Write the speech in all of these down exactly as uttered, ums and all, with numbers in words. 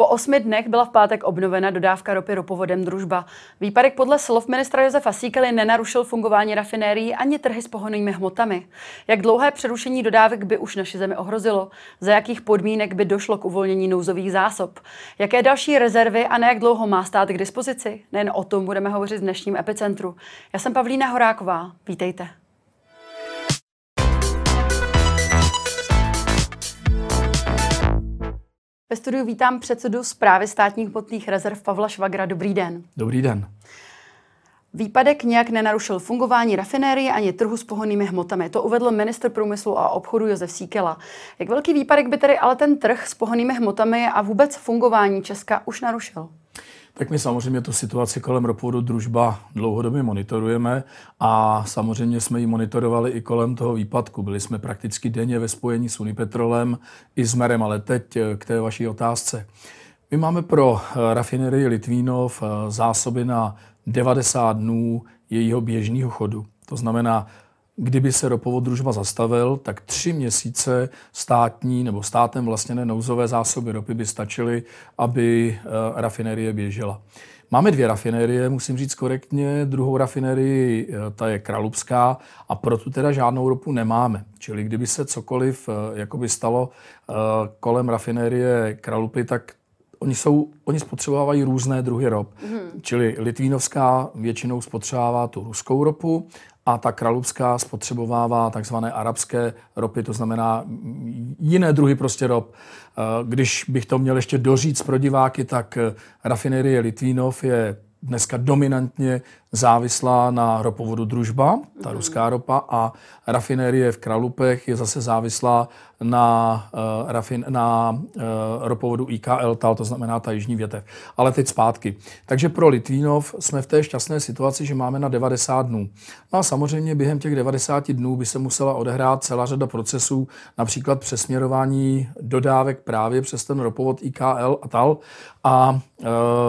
osmi dnech byla v pátek obnovena dodávka ropy ropovodem Družba. Výpadek podle slov ministra Josefa Síkely nenarušil fungování rafinérií ani trhy s pohonnými hmotami. Jak dlouhé přerušení dodávek by už naši zemi ohrozilo? Za jakých podmínek by došlo k uvolnění nouzových zásob? Jaké další rezervy a na jak dlouho má stát k dispozici? Nejen o tom budeme hovořit v dnešním Epicentru. Já jsem Pavlína Horáková. Vítejte. Ve studiu vítám předsedu Správy státních hmotných rezerv Pavla Švagra. Dobrý den. Dobrý den. Výpadek nějak nenarušil fungování rafinérie ani trhu s pohonnými hmotami. To uvedl ministr průmyslu a obchodu Josef Síkela. Jak velký výpadek by tedy ale ten trh s pohonnými hmotami a vůbec fungování Česka už narušil? Tak my samozřejmě tu situaci kolem ropovodu Družba dlouhodobě monitorujeme a samozřejmě jsme ji monitorovali i kolem toho výpadku. Byli jsme prakticky denně ve spojení s Unipetrolem i s Merem, ale teď k té vaší otázce. My máme pro rafinerii Litvínov zásoby na devadesát dnů jejího běžného chodu. To znamená, kdyby se ropovod Družba zastavil, tak tři měsíce státní nebo státem vlastněné nouzové zásoby ropy by stačily, aby rafinerie běžela. Máme dvě rafinerie, musím říct korektně. Druhou rafinerii, ta je kralupská a pro tu teda žádnou ropu nemáme. Čili kdyby se cokoliv jakoby stalo kolem rafinerie Kralupy, tak Oni, jsou, oni spotřebovávají různé druhy rop. Mm. Čili litvínovská většinou spotřebovává tu ruskou ropu a ta kralupská spotřebovává takzvané arabské ropy, to znamená jiné druhy prostě rop. Když bych to měl ještě doříct pro diváky, tak rafinerie Litvínov je dneska dominantně závislá na ropovodu Družba, ta mm. ruská ropa, a rafinerie v Kralupech je zase závislá na, uh, rafin, na uh, ropovodu I K L T A L, to znamená ta jižní větev. Ale teď zpátky. Takže pro Litvínov jsme v té šťastné situaci, že máme na devadesát dnů. No a samozřejmě během těch devadesáti dnů by se musela odehrát celá řada procesů, například přesměrování dodávek právě přes ten ropovod I K L a T A L a uh,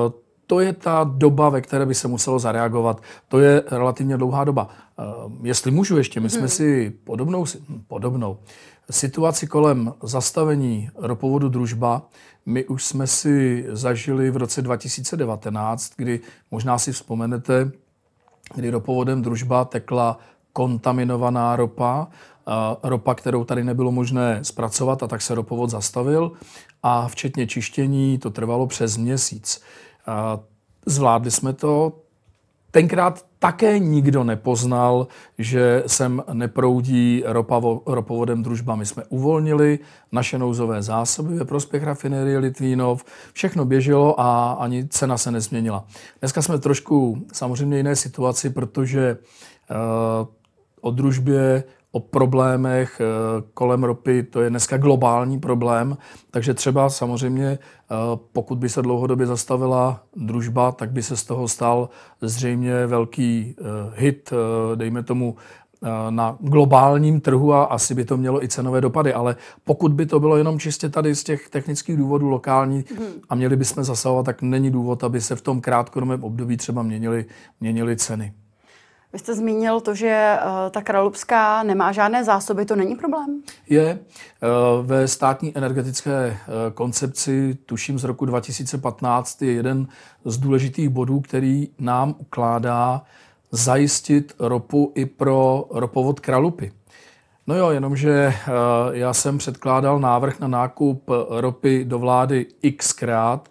to je ta doba, ve které by se muselo zareagovat. To je relativně dlouhá doba. Jestli můžu ještě, my jsme si podobnou, podobnou situaci kolem zastavení ropovodu Družba, my už jsme si zažili v roce dva tisíce devatenáct, kdy možná si vzpomenete, kdy ropovodem Družba tekla kontaminovaná ropa, ropa, kterou tady nebylo možné zpracovat, a tak se ropovod zastavil a včetně čištění to trvalo přes měsíc. Zvládli jsme to. Tenkrát také nikdo nepoznal, že sem neproudí ropa, ropovodem Družba. My jsme uvolnili naše nouzové zásoby ve prospěch rafinerie Litvínov. Všechno běželo a ani cena se nezměnila. Dneska jsme trošku samozřejmě jiné situaci, protože uh, o Družbě, o problémech kolem ropy, to je dneska globální problém, takže třeba samozřejmě, pokud by se dlouhodobě zastavila Družba, tak by se z toho stal zřejmě velký hit, dejme tomu, na globálním trhu a asi by to mělo i cenové dopady, ale pokud by to bylo jenom čistě tady z těch technických důvodů lokální a měli bychom zasahovat, tak není důvod, aby se v tom krátkodobém období třeba měnily, měnily ceny. Vy jste zmínil to, že uh, ta kralupská nemá žádné zásoby, to není problém? Je. Uh, ve státní energetické uh, koncepci, tuším z roku dva tisíce patnáct, je jeden z důležitých bodů, který nám ukládá zajistit ropu i pro ropovod Kralupy. No jo, jenomže uh, já jsem předkládal návrh na nákup ropy do vlády xkrát,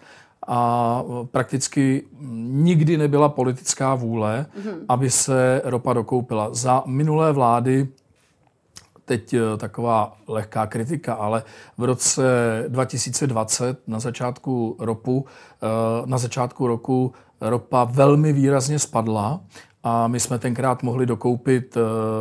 a prakticky nikdy nebyla politická vůle, mm. aby se ropa dokoupila. Za minulé vlády, teď taková lehká kritika, ale v roce dva tisíce dvacet na začátku roku, na začátku roku ropa velmi výrazně spadla a my jsme tenkrát mohli dokoupit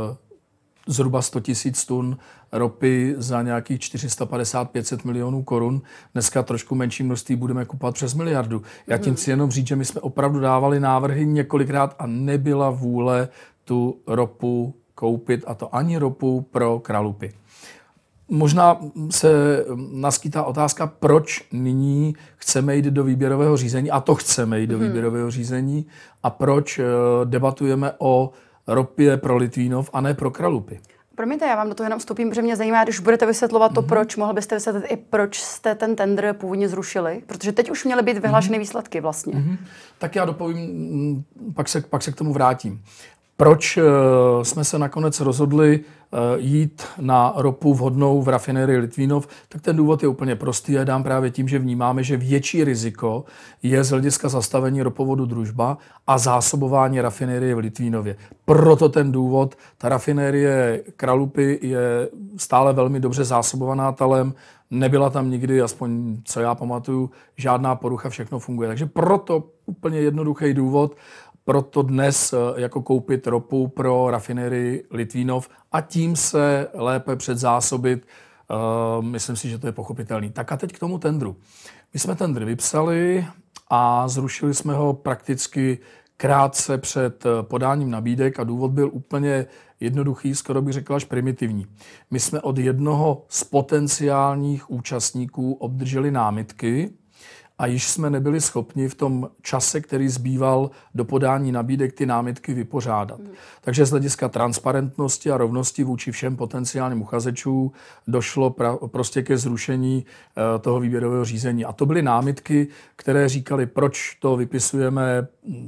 zhruba sto tisíc tun ropy za nějakých čtyři sta padesát až pět set milionů korun. Dneska trošku menší množství budeme kupovat přes miliardu. Já tím chci jenom říct, že my jsme opravdu dávali návrhy několikrát a nebyla vůle tu ropu koupit, a to ani ropu pro Kralupy. Možná se naskýtá otázka, proč nyní chceme jít do výběrového řízení, a to chceme jít do výběrového řízení, a proč debatujeme o ropě pro Litvínov a ne pro Kralupy. Promiňte, já vám do toho jenom vstupím, protože mě zajímá, když budete vysvětlovat to, mm-hmm. proč, mohl byste vysvětlit i proč jste ten tendr původně zrušili, protože teď už měly být vyhlášeny mm-hmm. výsledky vlastně. Mm-hmm. Tak já dopovím, pak se, pak se k tomu vrátím. Proč uh, jsme se nakonec rozhodli uh, jít na ropu vhodnou v rafinérii Litvínov, tak ten důvod je úplně prostý a dám právě tím, že vnímáme, že větší riziko je z hlediska zastavení ropovodu Družba a zásobování rafinérie v Litvínově. Proto ten důvod, ta rafinérie Kralupy je stále velmi dobře zásobovaná talem, nebyla tam nikdy, aspoň co já pamatuju, žádná porucha, všechno funguje. Takže proto úplně jednoduchý důvod, proto dnes jako koupit ropu pro rafinérii Litvínov a tím se lépe předzásobit. Uh, myslím si, že to je pochopitelný. Tak a teď k tomu tendru. My jsme tendr vypsali a zrušili jsme ho prakticky krátce před podáním nabídek a důvod byl úplně jednoduchý, skoro bych řekl až primitivní. My jsme od jednoho z potenciálních účastníků obdrželi námitky, a již jsme nebyli schopni v tom čase, který zbýval do podání nabídek, ty námitky vypořádat. Mm. Takže z hlediska transparentnosti a rovnosti vůči všem potenciálním uchazečům došlo pra- prostě ke zrušení uh, toho výběrového řízení. A to byly námitky, které říkali, proč to vypisujeme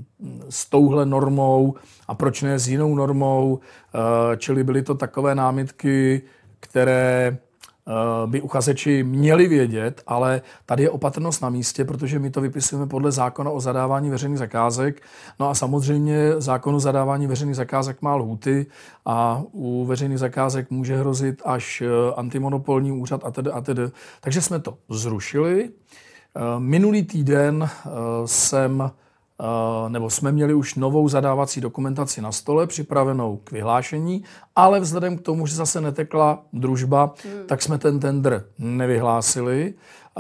s touhle normou a proč ne s jinou normou. Uh, čili byly to takové námitky, které by uchazeči měli vědět, ale tady je opatrnost na místě, protože my to vypisujeme podle zákona o zadávání veřejných zakázek. No a samozřejmě zákon o zadávání veřejných zakázek má lhůty a u veřejných zakázek může hrozit až antimonopolní úřad a tedy a tedy. Takže jsme to zrušili. Minulý týden jsem nebo jsme měli už novou zadávací dokumentaci na stole, připravenou k vyhlášení, ale vzhledem k tomu, že zase netekla družba, hmm. tak jsme ten tendr nevyhlásili.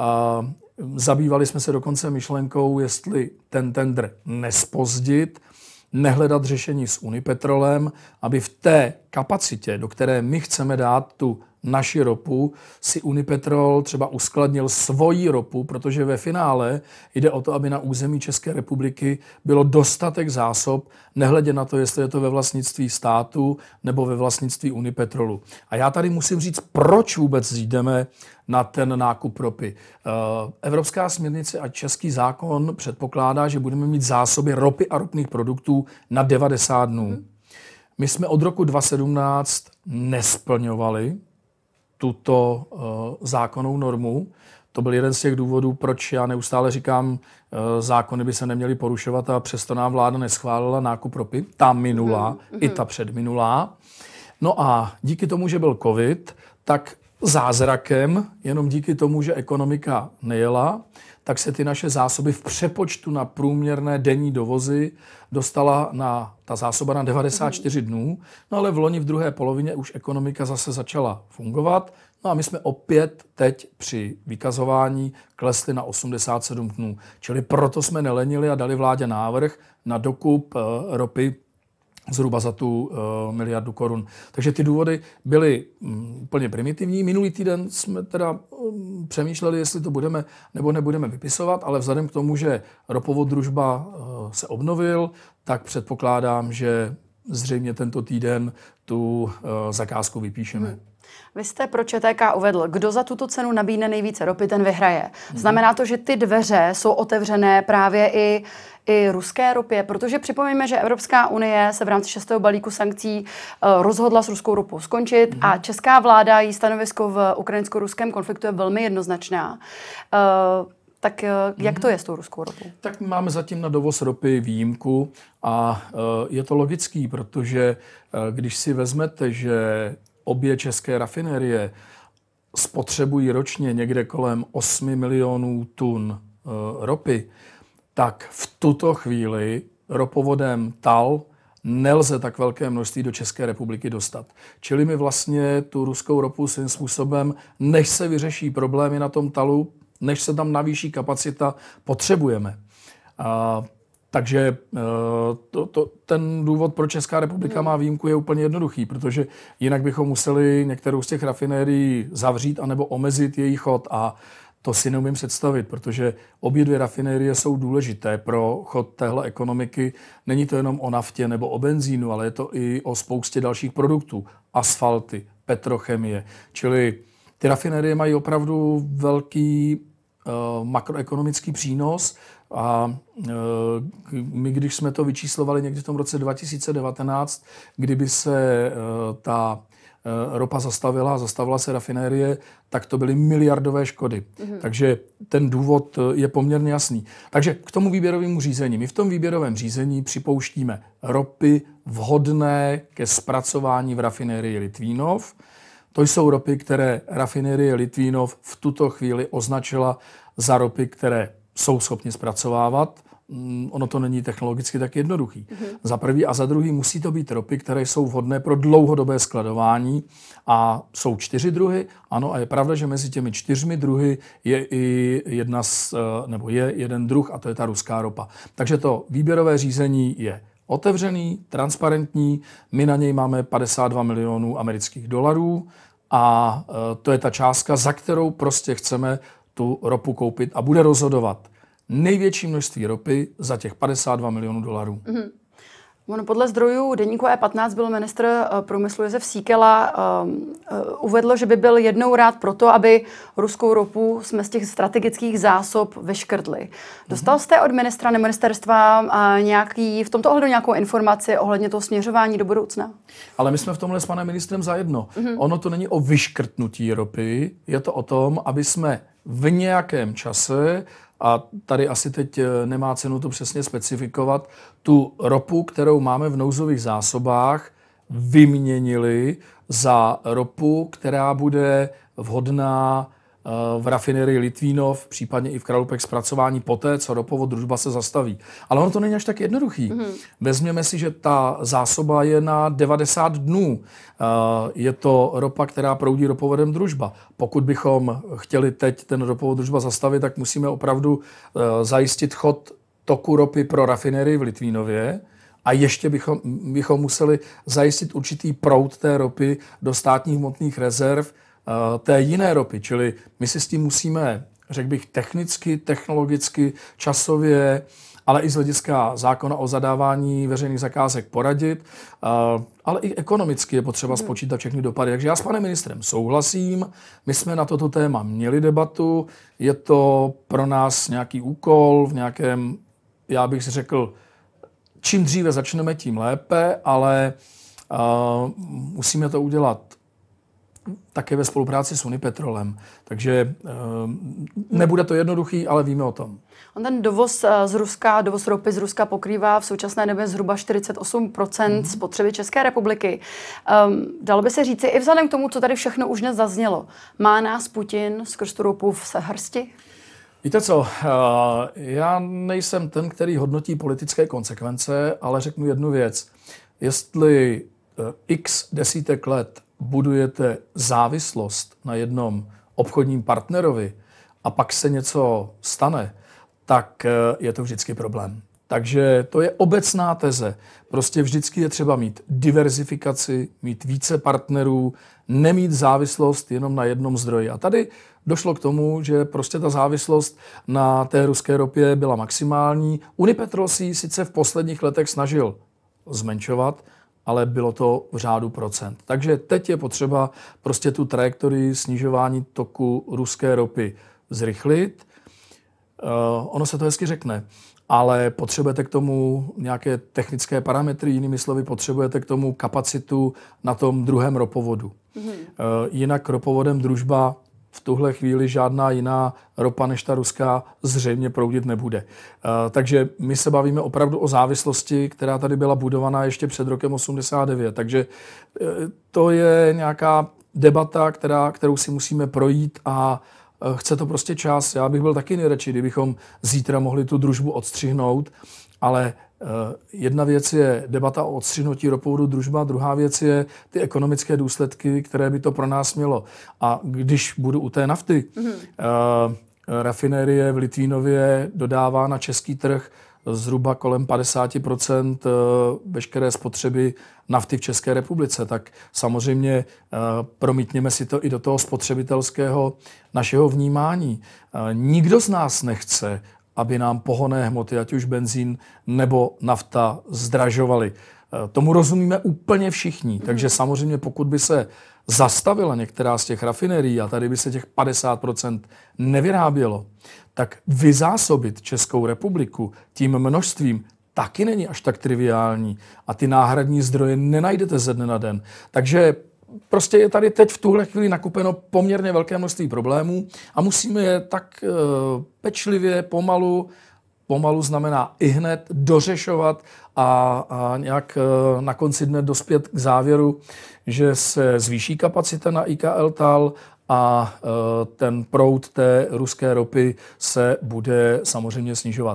Zabývali jsme se dokonce myšlenkou, jestli ten tendr nespozdit, nehledat řešení s Unipetrolem, aby v té kapacitě, do které my chceme dát tu naši ropu, si Unipetrol třeba uskladnil svoji ropu, protože ve finále jde o to, aby na území České republiky bylo dostatek zásob, nehledě na to, jestli je to ve vlastnictví státu nebo ve vlastnictví Unipetrolu. A já tady musím říct, proč vůbec jdeme na ten nákup ropy. Evropská směrnice a český zákon předpokládá, že budeme mít zásoby ropy a ropných produktů na devadesát dnů. My jsme od roku dva tisíce sedmnáct nesplňovali tuto uh, zákonnou normu. To byl jeden z těch důvodů, proč já neustále říkám, uh, zákony by se neměly porušovat a přesto nám vláda neschválila nákup ropy. Ta minulá, mm-hmm. i ta předminulá. No a díky tomu, že byl covid, tak zázrakem, jenom díky tomu, že ekonomika nejela, tak se ty naše zásoby v přepočtu na průměrné denní dovozy dostala na ta zásoba na devadesát čtyři dnů, no ale v loni v druhé polovině už ekonomika zase začala fungovat, no a my jsme opět teď při vykazování klesli na osmdesát sedm dnů. Čili proto jsme nelenili a dali vládě návrh na dokup uh, ropy zhruba za tu uh, miliardu korun. Takže ty důvody byly um, úplně primitivní. Minulý týden jsme teda um, přemýšleli, jestli to budeme nebo nebudeme vypisovat, ale vzhledem k tomu, že ropovod Družba uh, se obnovil, tak předpokládám, že zřejmě tento týden tu uh, zakázku vypíšeme. Hmm. Vy jste pro ČTK uvedl, kdo za tuto cenu nabídne nejvíce ropy, ten vyhraje. Znamená to, že ty dveře jsou otevřené právě i, i ruské ropě, protože připomeňme, že Evropská unie se v rámci šestého balíku sankcí uh, rozhodla s ruskou ropou skončit mm. a česká vláda, jí stanovisko v ukrajinsko-ruském konfliktu je velmi jednoznačná. Uh, Tak jak to je s tou ruskou ropou? Tak my máme zatím na dovoz ropy výjimku a je to logický, protože když si vezmete, že obě české rafinérie spotřebují ročně někde kolem osm milionů tun ropy, tak v tuto chvíli ropovodem T A L nelze tak velké množství do České republiky dostat. Čili my vlastně tu ruskou ropu svým způsobem, než se vyřeší problémy na tom talu, než se tam navýší kapacita, potřebujeme. A, takže to, to, ten důvod, proč Česká republika má výjimku, je úplně jednoduchý, protože jinak bychom museli některou z těch rafinérií zavřít anebo omezit její chod. A To si neumím představit, protože obě dvě rafinérie jsou důležité pro chod téhle ekonomiky. Není to jenom o naftě nebo o benzínu, ale je to i o spoustě dalších produktů. Asfalty, petrochemie. Čili ty rafinérie mají opravdu velký uh, makroekonomický přínos a uh, my, když jsme to vyčíslovali někdy v tom roce dva tisíce devatenáct, kdyby se uh, ta ropa zastavila, zastavila se rafinérie, tak to byly miliardové škody. Mm-hmm. Takže ten důvod je poměrně jasný. Takže k tomu výběrovému řízení. My v tom výběrovém řízení připouštíme ropy vhodné ke zpracování v rafinérii Litvínov. To jsou ropy, které rafinérie Litvínov v tuto chvíli označila za ropy, které jsou schopni zpracovávat. Ono to není technologicky tak jednoduchý. Mm-hmm. Za prvý a za druhý musí to být ropy, které jsou vhodné pro dlouhodobé skladování a jsou čtyři druhy. Ano, a je pravda, že mezi těmi čtyřmi druhy je i jedna z, nebo je jeden druh a to je ta ruská ropa. Takže to výběrové řízení je otevřený, transparentní. My na něj máme padesát dva milionů amerických dolarů a to je ta částka, za kterou prostě chceme tu ropu koupit a bude rozhodovat největší množství ropy za těch padesát dva milionů dolarů. Mm-hmm. Ono podle zdrojů deníku E patnáct byl ministr průmyslu Jozef Síkela uh, uh, uvedl, že by byl jednou rád proto, aby ruskou ropu jsme z těch strategických zásob vyškrtli. Dostal jste od ministra nebo ministerstva uh, nějaký, v tomto ohledu nějakou informaci ohledně toho směřování do budoucna? Ale my jsme v tomhle s panem ministrem zajedno. Mm-hmm. Ono to není o vyškrtnutí ropy, je to o tom, aby jsme v nějakém čase, a tady asi teď nemá cenu to přesně specifikovat, tu ropu, kterou máme v nouzových zásobách, vyměnili za ropu, která bude vhodná v rafinérii Litvínov, případně i v Kralupech zpracování poté, co ropovod Družba se zastaví. Ale ono to není až tak jednoduchý. Mm-hmm. Vezměme si, že ta zásoba je na devadesát dnů. Je to ropa, která proudí ropovodem Družba. Pokud bychom chtěli teď ten ropovod Družba zastavit, tak musíme opravdu zajistit chod toku ropy pro rafinérii v Litvínově a ještě bychom, bychom museli zajistit určitý proud té ropy do státních hmotných rezerv té jiné ropy. Čili my si s tím musíme, řekl bych, technicky, technologicky, časově, ale i z hlediska zákona o zadávání veřejných zakázek poradit, ale i ekonomicky je potřeba spočítat všechny dopady. Takže já s panem ministrem souhlasím, my jsme na toto téma měli debatu, je to pro nás nějaký úkol v nějakém, já bych si řekl, čím dříve začneme, tím lépe, ale uh, musíme to udělat také ve spolupráci s Unipetrolem. Takže uh, nebude to jednoduchý, ale víme o tom. On ten dovoz z Ruska, dovoz ropy z Ruska pokrývá v současné době zhruba čtyřicet osm procent mm-hmm. spotřeby České republiky. Um, dalo by se říci, i vzhledem k tomu, co tady všechno už dnes zaznělo, má nás Putin skrz tu ropu v hrsti? Víte co, já nejsem ten, který hodnotí politické konsekvence, ale řeknu jednu věc. Jestli x desítek let budujete závislost na jednom obchodním partnerovi a pak se něco stane, tak je to vždycky problém. Takže to je obecná teze. Prostě vždycky je třeba mít diverzifikaci, mít více partnerů, nemít závislost jenom na jednom zdroji. A tady došlo k tomu, že prostě ta závislost na té ruské ropě byla maximální. Unipetrol si sice v posledních letech snažil zmenšovat, ale bylo to v řádu procent. Takže teď je potřeba prostě tu trajektorii snižování toku ruské ropy zrychlit. Uh, ono se to hezky řekne, ale potřebujete k tomu nějaké technické parametry, jinými slovy potřebujete k tomu kapacitu na tom druhém ropovodu. Mm-hmm. Uh, jinak ropovodem Družba v tuhle chvíli žádná jiná ropa než ta ruská zřejmě proudit nebude. Uh, takže my se bavíme opravdu o závislosti, která tady byla budovaná ještě před rokem osmdesát devět. Takže uh, to je nějaká debata, která, kterou si musíme projít a uh, chce to prostě čas. Já bych byl taky nejradši, kdybychom zítra mohli tu Družbu odstřihnout, ale jedna věc je debata o odstřihnutí ropovodu Družba, druhá věc je ty ekonomické důsledky, které by to pro nás mělo. A když budu u té nafty, mm-hmm. uh, rafinérie v Litvínově dodává na český trh zhruba kolem padesát procent veškeré spotřeby nafty v České republice. Tak samozřejmě promítněme si to i do toho spotřebitelského našeho vnímání. Nikdo z nás nechce, aby nám pohonné hmoty, ať už benzín nebo nafta, zdražovaly. Tomu rozumíme úplně všichni. Takže samozřejmě pokud by se zastavila některá z těch rafinerií a tady by se těch padesát procent nevyrábělo, tak vyzásobit Českou republiku tím množstvím taky není až tak triviální a ty náhradní zdroje nenajdete ze dne na den. Takže prostě je tady teď v tuhle chvíli nakupeno poměrně velké množství problémů a musíme je tak pečlivě, pomalu, pomalu znamená i hned dořešovat a, a nějak na konci dne dospět k závěru, že se zvýší kapacita na I K L TAL a ten proud té ruské ropy se bude samozřejmě snižovat.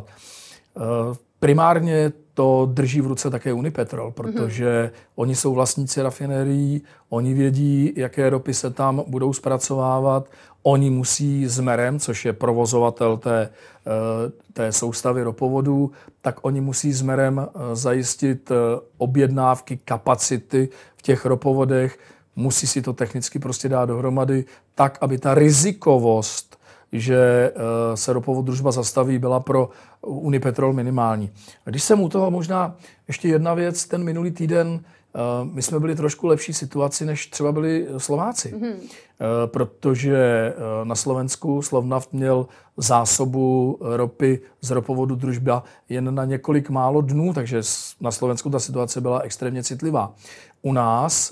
Primárně to drží v ruce také Unipetrol, protože mm-hmm. oni jsou vlastníci rafinérií, oni vědí, jaké ropy se tam budou zpracovávat, oni musí s MERem, což je provozovatel té, té soustavy ropovodů, tak oni musí s MERem zajistit objednávky, kapacity v těch ropovodech, musí si to technicky prostě dát dohromady tak, aby ta rizikovost, že se ropovod Družba zastaví, byla pro Unipetrol minimální. Když jsem u toho, možná ještě jedna věc, ten minulý týden my jsme byli trošku lepší situaci, než třeba byli Slováci. Mm-hmm. Protože na Slovensku Slovnaft měl zásobu ropy z ropovodu Družba jen na několik málo dnů, takže na Slovensku ta situace byla extrémně citlivá. U nás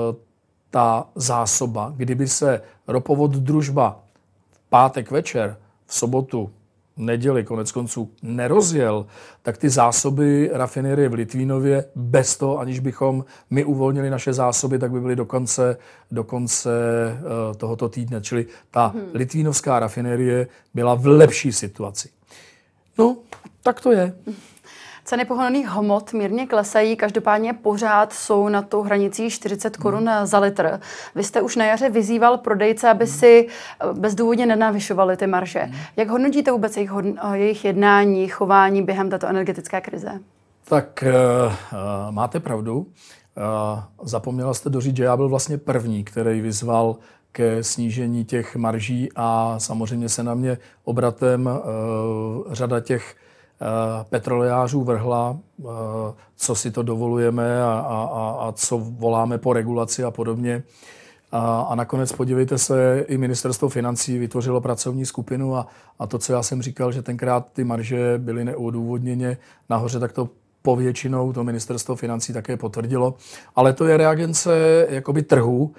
ta zásoba, kdyby se ropovod Družba pátek večer, v sobotu, neděli, konec konců nerozjel, tak ty zásoby rafinerie v Litvínově, bez toho, aniž bychom my uvolnili naše zásoby, tak by byly do konce, do konce uh, tohoto týdne. Čili ta hmm. litvínovská rafinerie byla v lepší situaci. No, tak to je. Ceny pohonných hmot mírně klesají, každopádně pořád jsou nad tou hranicí čtyřicet korun hmm. za litr. Vy jste už na jaře vyzýval prodejce, aby hmm. si bezdůvodně nenavyšovali ty marže. Hmm. Jak hodnotíte vůbec jejich, hodn- jejich jednání, chování během této energetické krize? Tak uh, uh, máte pravdu. Uh, zapomněla jste doříct, že já byl vlastně první, který vyzval ke snížení těch marží a samozřejmě se na mě obratem uh, řada těch petrolejářů vrhla, co si to dovolujeme a, a, a co voláme po regulaci a podobně. A, a nakonec podívejte se, i ministerstvo financí vytvořilo pracovní skupinu a, a to, co já jsem říkal, že tenkrát ty marže byly neodůvodněně nahoře, tak to povětšinou to ministerstvo financí také potvrdilo. Ale to je reagence jakoby trhu.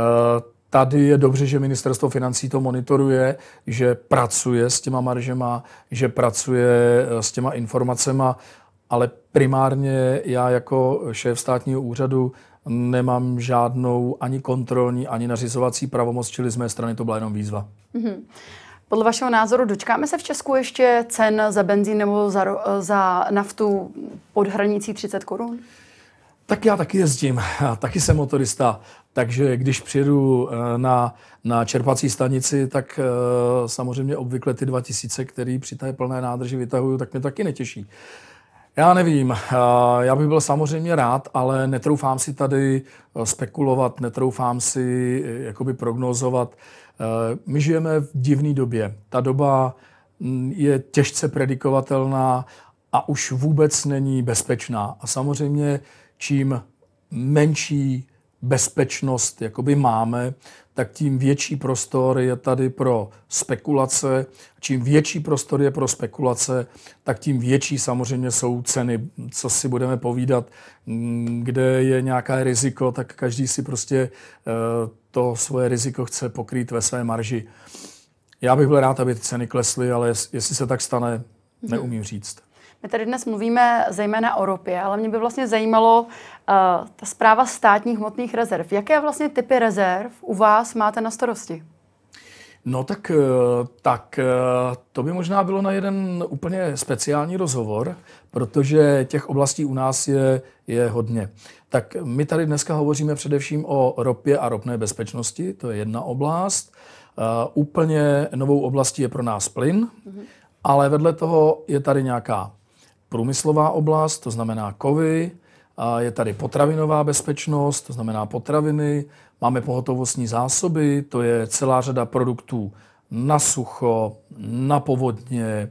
Tady je dobře, že ministerstvo financí to monitoruje, že pracuje s těma maržema, že pracuje s těma informacema, ale primárně já jako šéf státního úřadu nemám žádnou ani kontrolní, ani nařizovací pravomoc, čili z mé strany to byla jenom výzva. Mm-hmm. Podle vašeho názoru dočkáme se v Česku ještě cen za benzín nebo za, za naftu pod hranicí třicet korun? Tak já taky jezdím, taky jsem motorista, takže když přijedu na, na čerpací stanici, tak samozřejmě obvykle ty dva tisíce, který při té plné nádrži vytahuju, tak mě taky netěší. Já nevím, já bych byl samozřejmě rád, ale netroufám si tady spekulovat, netroufám si jakoby prognózovat. My žijeme v divné době. Ta doba je těžce predikovatelná a už vůbec není bezpečná. A samozřejmě čím menší bezpečnost jakoby máme, tak tím větší prostor je tady pro spekulace. Čím větší prostor je pro spekulace, tak tím větší samozřejmě jsou ceny. Co si budeme povídat, kde je nějaké riziko, tak každý si prostě to svoje riziko chce pokrýt ve své marži. Já bych byl rád, aby ty ceny klesly, ale jestli se tak stane, neumím říct. My tady dnes mluvíme zejména o ropě, ale mě by vlastně zajímalo uh, ta správa státních hmotných rezerv. Jaké vlastně typy rezerv u vás máte na starosti? No tak, tak to by možná bylo na jeden úplně speciální rozhovor, protože těch oblastí u nás je, je hodně. Tak my tady dneska hovoříme především o ropě a ropné bezpečnosti, to je jedna oblast. Uh, úplně novou oblastí je pro nás plyn, mm-hmm. ale vedle toho je tady nějaká průmyslová oblast, to znamená kovy, a je tady potravinová bezpečnost, to znamená potraviny, máme pohotovostní zásoby, to je celá řada produktů na sucho, na povodně,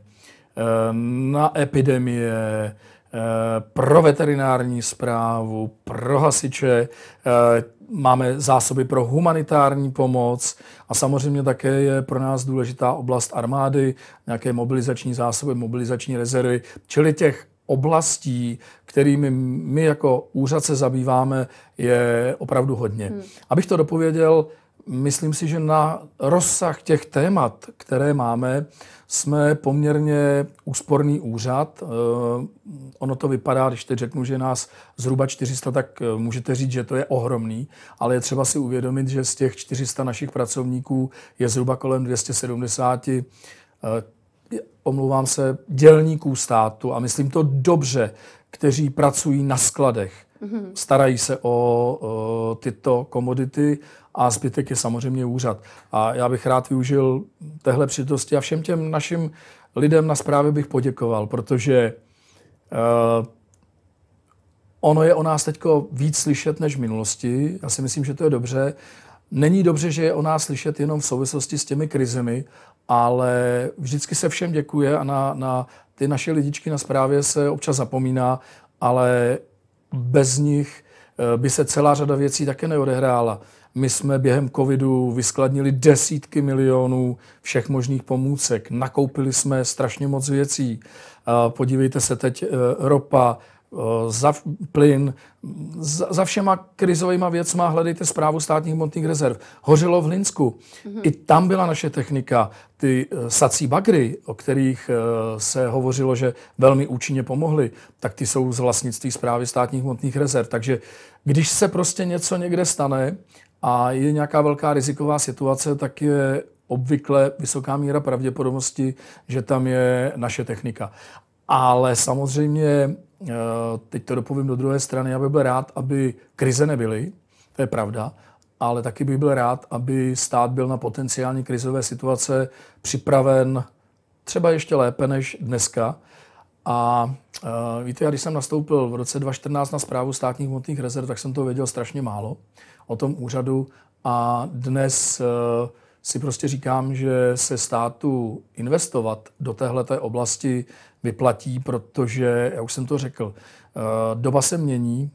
na epidemie, pro veterinární správu, pro hasiče, máme zásoby pro humanitární pomoc a samozřejmě také je pro nás důležitá oblast armády, nějaké mobilizační zásoby, mobilizační rezervy, čili těch oblastí, kterými my jako úřad se zabýváme, je opravdu hodně. Hmm. Abych to dopověděl, myslím si, že na rozsah těch témat, které máme, jsme poměrně úsporný úřad. Ono to vypadá, když teď řeknu, že nás zhruba čtyři sta, tak můžete říct, že to je ohromný, ale je třeba si uvědomit, že z těch čtyři sta našich pracovníků je zhruba kolem dvě stě sedmdesát, omlouvám se, dělníků státu, a myslím to dobře, kteří pracují na skladech, mm-hmm. starají se o, o tyto komodity a zbytek je samozřejmě úřad. A já bych rád využil téhle příležitosti a všem těm našim lidem na správě bych poděkoval, protože uh, ono je o nás teďko víc slyšet než v minulosti. Já si myslím, že to je dobře. Není dobře, že je o nás slyšet jenom v souvislosti s těmi krizemi, ale vždycky se všem děkuje a na, na ty naše lidičky na správě se občas zapomíná, ale bez nich by se celá řada věcí také neodehrála. My jsme během covidu vyskladnili desítky milionů všech možných pomůcek. Nakoupili jsme strašně moc věcí. Podívejte se teď, ropa, za plyn, za, za všema krizovýma věcma hledejte Správu státních hmotných rezerv. Hořelo v Hlinsku. Mm-hmm. I tam byla naše technika. Ty sací bagry, o kterých se hovořilo, že velmi účinně pomohly, tak ty jsou z vlastnictví Správy státních hmotných rezerv. Takže když se prostě něco někde stane a je nějaká velká riziková situace, tak je obvykle vysoká míra pravděpodobnosti, že tam je naše technika. Ale samozřejmě, teď to dopovím do druhé strany, já bych byl rád, aby krize nebyly, to je pravda, ale taky bych byl rád, aby stát byl na potenciální krizové situace připraven třeba ještě lépe než dneska. A víte, já když jsem nastoupil v roce dva tisíce čtrnáct na Správu státních hmotných rezerv, tak jsem to věděl strašně málo o tom úřadu a dnes si prostě říkám, že se státu investovat do téhleté oblasti vyplatí, protože, já už jsem to řekl, doba se mění,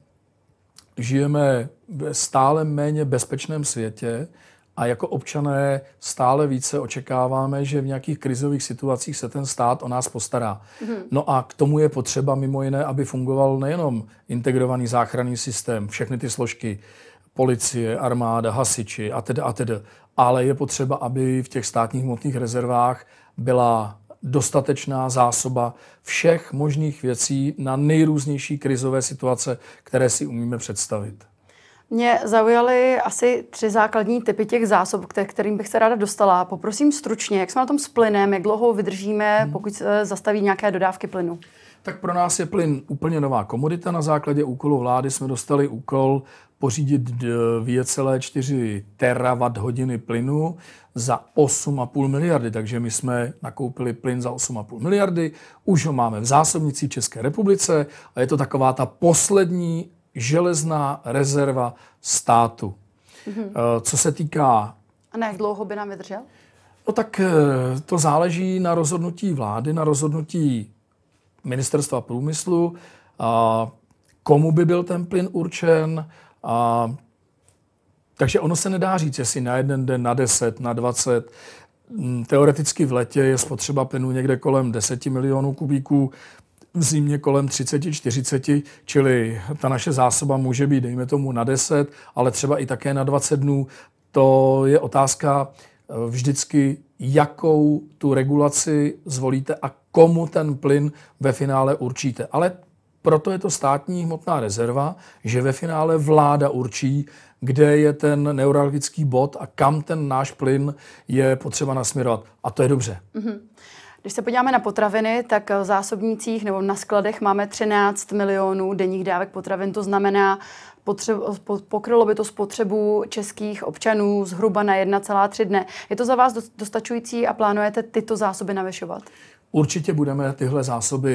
žijeme ve stále méně bezpečném světě a jako občané stále více očekáváme, že v nějakých krizových situacích se ten stát o nás postará. Mm. No a k tomu je potřeba mimo jiné, aby fungoval nejenom integrovaný záchranný systém, všechny ty složky, policie, armáda, hasiči a teda a teda, ale je potřeba, aby v těch státních hmotných rezervách byla dostatečná zásoba všech možných věcí na nejrůznější krizové situace, které si umíme představit. Mě zaujaly asi tři základní typy těch zásob, kterým bych se ráda dostala. Poprosím stručně, jak jsme na tom s plynem, jak dlouho vydržíme, hmm. pokud se zastaví nějaké dodávky plynu? Tak pro nás je plyn úplně nová komodita. Na základě úkolu vlády jsme dostali úkol pořídit dvě celé čtyři terawatt hodiny plynu za osm a půl miliardy. Takže my jsme nakoupili plyn za osm a půl miliardy, už ho máme v zásobnici České republice a je to taková ta poslední železná rezerva státu. Mm-hmm. Co se týká... A na jak dlouho by nám vydržel? No tak to záleží na rozhodnutí vlády, na rozhodnutí Ministerstva průmyslu, a komu by byl ten plyn určen. A, takže ono se nedá říct, jestli na jeden den, na deset, na dvacet. Teoreticky v letě je spotřeba plynu někde kolem deset milionů kubíků, v zimě kolem třicet čtyřicet, čili ta naše zásoba může být, dejme tomu, na deset, ale třeba i také na dvacet dnů. To je otázka vždycky, jakou tu regulaci zvolíte a komu ten plyn ve finále určíte. Ale proto je to státní hmotná rezerva, že ve finále vláda určí, kde je ten neuralgický bod a kam ten náš plyn je potřeba nasměrovat. A to je dobře. Mm-hmm. Když se podíváme na potraviny, tak v zásobnících nebo na skladech máme třináct milionů denních dávek potravin. To znamená, potře- pokrylo by to spotřebu českých občanů zhruba na jedna celá tři dne. Je to za vás dostačující a plánujete tyto zásoby navyšovat? Určitě budeme tyhle zásoby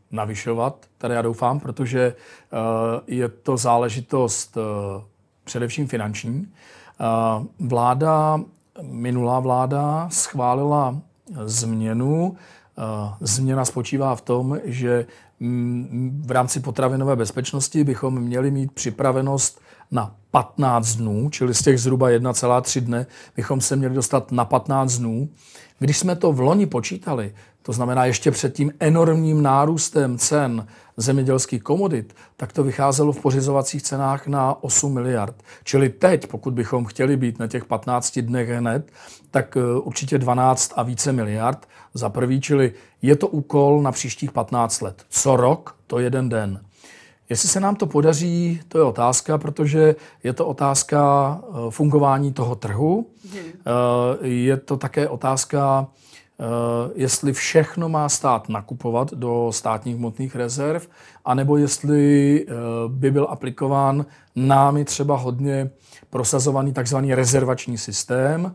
navyšovat, tady já doufám, protože je to záležitost především finanční. Vláda, minulá vláda schválila změnu. Změna spočívá v tom, že v rámci potravinové bezpečnosti bychom měli mít připravenost na patnáct dnů, čili z těch zhruba jedna celá tři dne bychom se měli dostat na patnáct dnů. Když jsme to v loni počítali, to znamená ještě před tím enormním nárůstem cen zemědělských komodit, tak to vycházelo v pořizovacích cenách na osm miliard. Čili teď, pokud bychom chtěli být na těch patnácti dnech hned, tak určitě dvanáct a více miliard za prvý, čili je to úkol na příštích patnáct let. Co rok, to jeden den. Jestli se nám to podaří, to je otázka, protože je to otázka fungování toho trhu. Hmm. Je to také otázka, jestli všechno má stát nakupovat do státních hmotných rezerv, anebo jestli by byl aplikován námi třeba hodně prosazovaný takzvaný rezervační systém.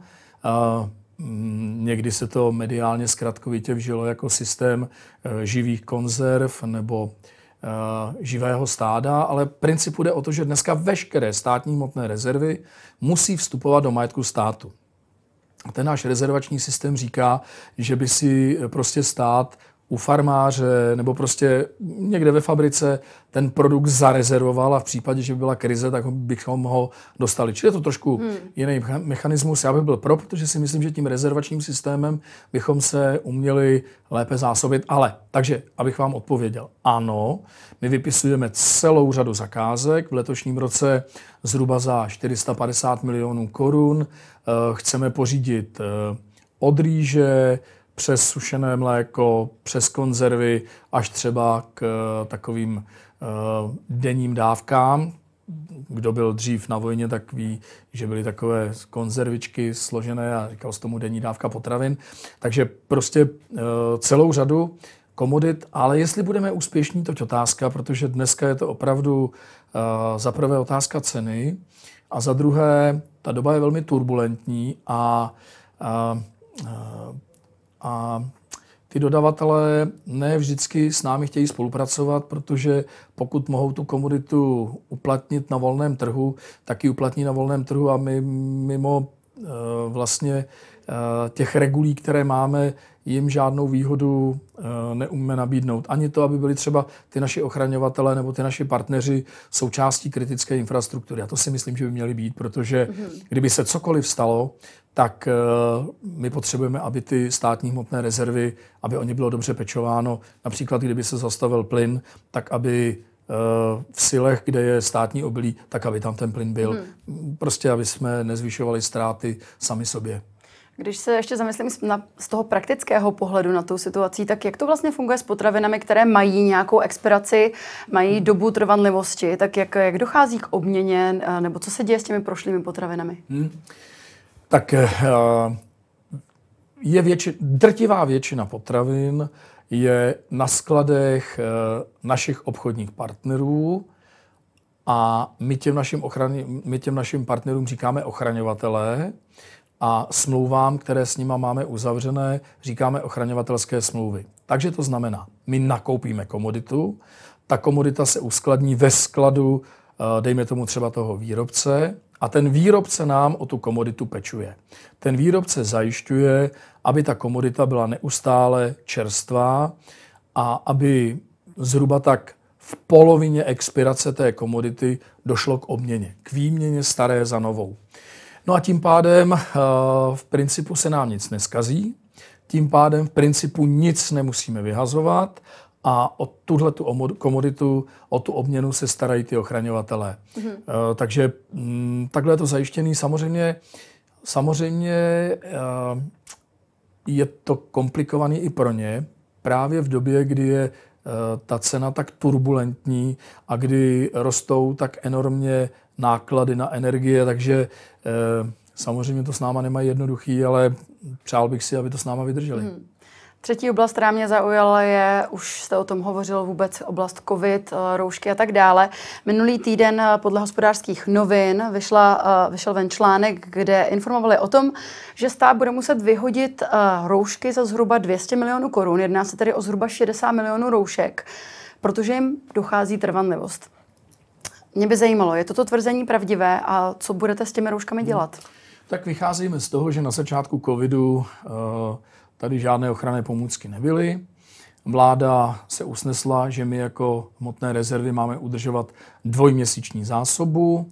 Někdy se to mediálně zkratkovitě vžilo jako systém živých konzerv nebo živého stáda, ale principu jde o to, že dneska veškeré státní hmotné rezervy musí vstupovat do majetku státu. Ten náš rezervační systém říká, že by si prostě stát u farmáře nebo prostě někde ve fabrice ten produkt zarezervoval a v případě, že by byla krize, tak bychom ho dostali. Čili je to trošku hmm. jiný mechanismus. Já bych byl pro, protože si myslím, že tím rezervačním systémem bychom se uměli lépe zásobit. Ale, takže, abych vám odpověděl. Ano, my vypisujeme celou řadu zakázek. V letošním roce zhruba za čtyři sta padesát milionů korun. Chceme pořídit od rýže, přes sušené mléko, přes konzervy, až třeba k takovým uh, denním dávkám. Kdo byl dřív na vojně, tak ví, že byly takové konzervičky složené a říkal se tomu denní dávka potravin. Takže prostě uh, celou řadu komodit, ale jestli budeme úspěšní, to je otázka, protože dneska je to opravdu uh, za prvé otázka ceny a za druhé ta doba je velmi turbulentní a uh, uh, A ty dodavatelé ne vždycky s námi chtějí spolupracovat, protože pokud mohou tu komoditu uplatnit na volném trhu, tak ji uplatní na volném trhu a my mimo e, vlastně e, těch regulí, které máme, jim žádnou výhodu e, neumíme nabídnout. Ani to, aby byli třeba ty naši ochraňovatelé nebo ty naši partneři součástí kritické infrastruktury. A to si myslím, že by měli být, protože mm-hmm. kdyby se cokoliv stalo, tak uh, my potřebujeme, aby ty státní hmotné rezervy, aby o ně bylo dobře pečováno. Například, kdyby se zastavil plyn, tak aby uh, v Silech, kde je státní obilí, tak aby tam ten plyn byl. Hmm. Prostě, aby jsme nezvyšovali ztráty sami sobě. Když se ještě zamyslím z toho praktického pohledu na tu situaci, tak jak to vlastně funguje s potravinami, které mají nějakou expiraci, mají dobu trvanlivosti, tak jak, jak dochází k obměně, nebo co se děje s těmi prošlými potravinami? Hmm. Tak je větši, drtivá většina potravin je na skladech našich obchodních partnerů a my těm našim, ochrani, my těm našim partnerům říkáme ochraňovatelé a smlouvám, které s nima máme uzavřené, říkáme ochraňovatelské smlouvy. Takže to znamená, my nakoupíme komoditu, ta komodita se uskladní ve skladu, dejme tomu třeba toho výrobce, a ten výrobce nám o tu komoditu pečuje. Ten výrobce zajišťuje, aby ta komodita byla neustále čerstvá a aby zhruba tak v polovině expirace té komodity došlo k obměně, k výměně staré za novou. No a tím pádem v principu se nám nic neskazí, tím pádem v principu nic nemusíme vyhazovat a o tuhletu komoditu, o tu obměnu se starají ty ochraňovatelé. Mm-hmm. Uh, takže m, takhle je to zajištěný. Samozřejmě, samozřejmě uh, je to komplikovaný i pro ně, právě v době, kdy je uh, ta cena tak turbulentní a kdy rostou tak enormně náklady na energie, takže uh, samozřejmě to s náma nemají jednoduchý, ale přál bych si, aby to s náma vydrželi. Mm. Třetí oblast, která mě zaujala, je, už jste o tom hovořil, vůbec oblast covid, roušky a tak dále. Minulý týden podle Hospodářských novin vyšla, vyšel ven článek, kde informovali o tom, že stát bude muset vyhodit roušky za zhruba dvě stě milionů korun. Jedná se tedy o zhruba šedesát milionů roušek, protože jim dochází trvanlivost. Mě by zajímalo, je toto tvrzení pravdivé a co budete s těmi rouškami dělat? Tak vycházíme z toho, že na začátku covidu tady žádné ochranné pomůcky nebyly. Vláda se usnesla, že my jako hmotné rezervy máme udržovat dvojměsíční zásobu.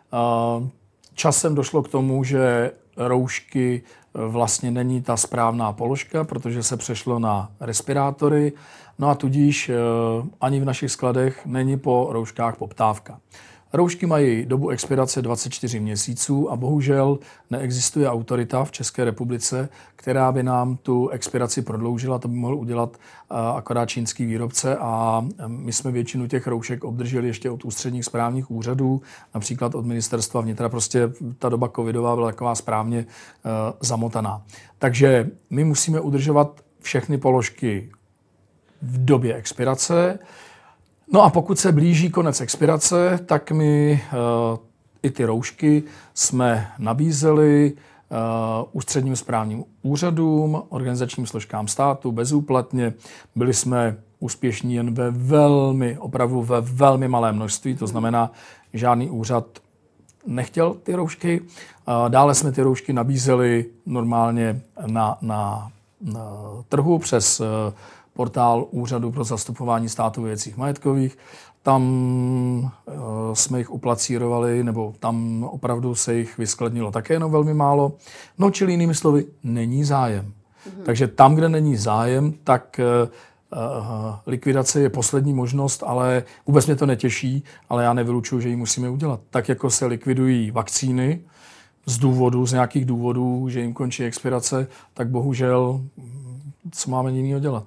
Časem došlo k tomu, že roušky vlastně není ta správná položka, protože se přešlo na respirátory. No a tudíž ani v našich skladech není po rouškách poptávka. Roušky mají dobu expirace dvacet čtyři měsíců a bohužel neexistuje autorita v České republice, která by nám tu expiraci prodloužila. To by mohl udělat akorát čínský výrobce a my jsme většinu těch roušek obdrželi ještě od ústředních správních úřadů, například od ministerstva vnitra. Prostě ta doba covidová byla taková správně zamotaná. Takže my musíme udržovat všechny položky v době expirace. No a pokud se blíží konec expirace, tak my uh, i ty roušky jsme nabízeli uh, ústředním správním úřadům, organizačním složkám státu bezúplatně. Byli jsme úspěšní jen ve velmi, opravdu ve velmi malém množství, to znamená, žádný úřad nechtěl ty roušky. Uh, dále jsme ty roušky nabízeli normálně na, na, na trhu přes uh, portál Úřadu pro zastupování státu ve věcích majetkových. Tam e, jsme jich uplacírovali, nebo tam opravdu se jich vyskladnilo také jenom velmi málo. No, čili jinými slovy, není zájem. Mm-hmm. Takže tam, kde není zájem, tak e, e, likvidace je poslední možnost, ale vůbec mě to netěší, ale já nevylučuju, že ji musíme udělat. Tak, jako se likvidují vakcíny z důvodu, z nějakých důvodů, že jim končí expirace, tak bohužel, co máme jinýho dělat?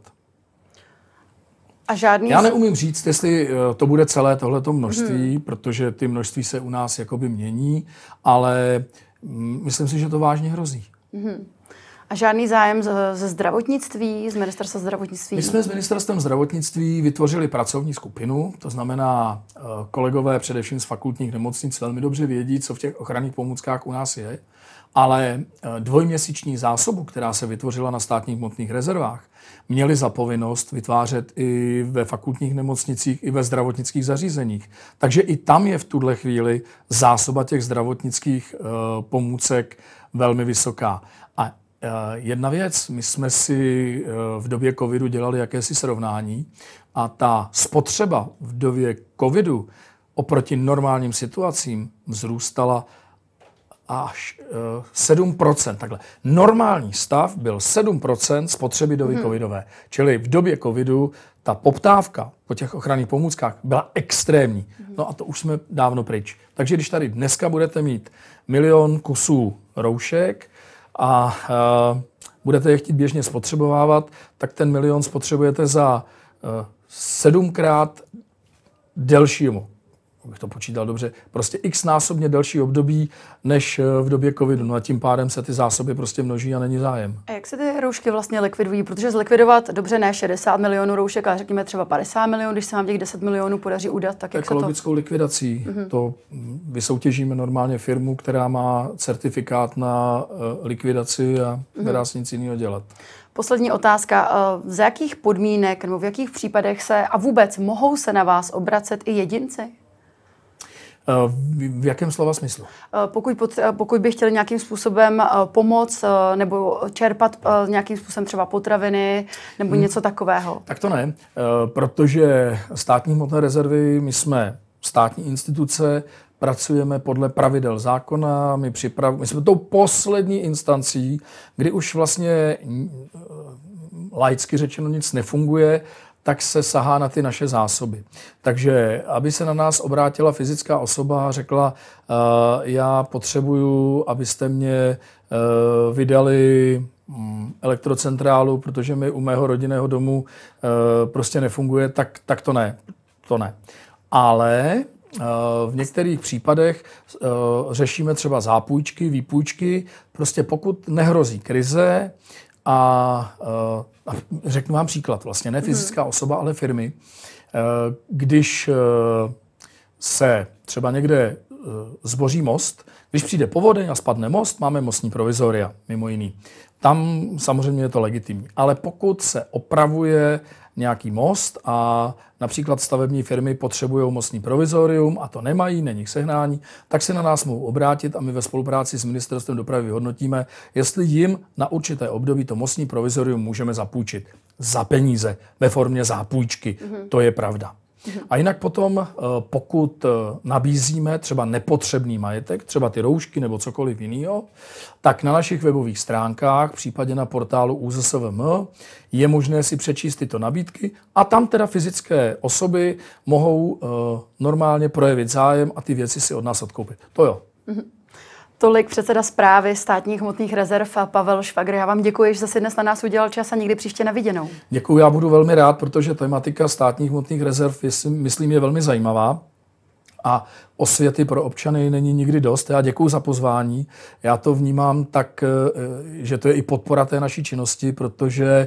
A žádný... Já neumím říct, jestli to bude celé tohleto množství, hmm. protože ty množství se u nás jakoby mění, ale myslím si, že to vážně hrozí. Hmm. A žádný zájem ze zdravotnictví, z ministerstva zdravotnictví? My jsme s ministerstvem zdravotnictví vytvořili pracovní skupinu, to znamená kolegové především z fakultních nemocnic velmi dobře vědí, co v těch ochranných pomůckách u nás je, ale dvojměsíční zásobu, která se vytvořila na státních hmotných rezervách, měli za povinnost vytvářet i ve fakultních nemocnicích, i ve zdravotnických zařízeních. Takže i tam je v tuhle chvíli zásoba těch zdravotnických uh, pomůcek velmi vysoká. A uh, jedna věc, my jsme si uh, v době covidu dělali jakési srovnání a ta spotřeba v době covidu oproti normálním situacím vzrůstala až uh, sedm procent. Takhle. Normální stav byl sedm procent spotřeby doby hmm. covidové. Čili v době covidu ta poptávka po těch ochranných pomůckách byla extrémní. Hmm. No a to už jsme dávno pryč. Takže když tady dneska budete mít milion kusů roušek a uh, budete je chtít běžně spotřebovávat, tak ten milion spotřebujete za uh, sedmkrát delšímu, bych to počítal dobře, prostě x násobně delší období než v době covidu. No a tím pádem se ty zásoby prostě množí a není zájem. A jak se ty roušky vlastně likvidují? Protože zlikvidovat dobře ne šedesát milionů roušek, ale řekněme třeba padesát milionů, když se vám těch deset milionů podaří udat, tak jak ekologickou to... likvidací. Mm-hmm. To vysoutěžíme normálně firmu, která má certifikát na uh, likvidaci a nedá se nic jiného dělat. Poslední otázka. Z jakých podmínek nebo v jakých případech se a vůbec mohou se na vás obracet i jedinci? V jakém slova smyslu? Pokud, pot, pokud by chtěli nějakým způsobem pomoct nebo čerpat nějakým způsobem třeba potraviny nebo něco takového. Tak to ne, protože státní hmotné rezervy, my jsme státní instituce, pracujeme podle pravidel zákona, my, připrav, my jsme tou poslední instancí, kdy už vlastně laicky řečeno nic nefunguje, tak se sahá na ty naše zásoby. Takže aby se na nás obrátila fyzická osoba a řekla, uh, já potřebuju, abyste mě uh, vydali um, elektrocentrálu, protože mi u mého rodinného domu uh, prostě nefunguje, tak, tak to ne. To ne. Ale uh, v některých případech uh, řešíme třeba zápůjčky, výpůjčky, prostě pokud nehrozí krize, A, a řeknu vám příklad, vlastně ne fyzická osoba, ale firmy. Když se třeba někde zboří most, když přijde povodeň a spadne most, máme mostní provizoria, mimo jiný. Tam samozřejmě je to legitimní. Ale pokud se opravuje nějaký most a například stavební firmy potřebují mostní provizorium a to nemají, není k sehnání, tak se na nás mohou obrátit a my ve spolupráci s Ministerstvem dopravy vyhodnotíme, jestli jim na určité období to mostní provizorium můžeme zapůjčit za peníze ve formě zápůjčky. Mm-hmm. To je pravda. A jinak potom, pokud nabízíme třeba nepotřebný majetek, třeba ty roušky nebo cokoliv jiného, tak na našich webových stránkách, případně na portálu ú zet es vé em, je možné si přečíst tyto nabídky a tam teda fyzické osoby mohou normálně projevit zájem a ty věci si od nás odkoupit. To jo. Mm-hmm. Tolik předseda správy státních hmotných rezerv Pavel Švagr. Já vám děkuji, že jsi dnes na nás udělal čas a někdy příště na viděnou. Děkuji, já budu velmi rád, protože tematika státních hmotných rezerv je, myslím, je velmi zajímavá a osvěty pro občany není nikdy dost. Já děkuji za pozvání. Já to vnímám tak, že to je i podpora té naší činnosti, protože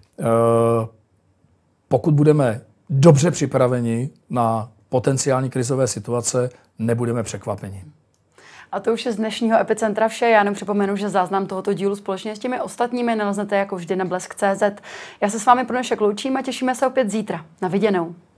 pokud budeme dobře připraveni na potenciální krizové situace, nebudeme překvapeni. A to už je z dnešního Epicentra vše. Já jenom připomenu, že záznam tohoto dílu společně s těmi ostatními naleznete jako vždy na blesk tečka cé zet. Já se s vámi pro dnešek loučím a těšíme se opět zítra. Na viděnou.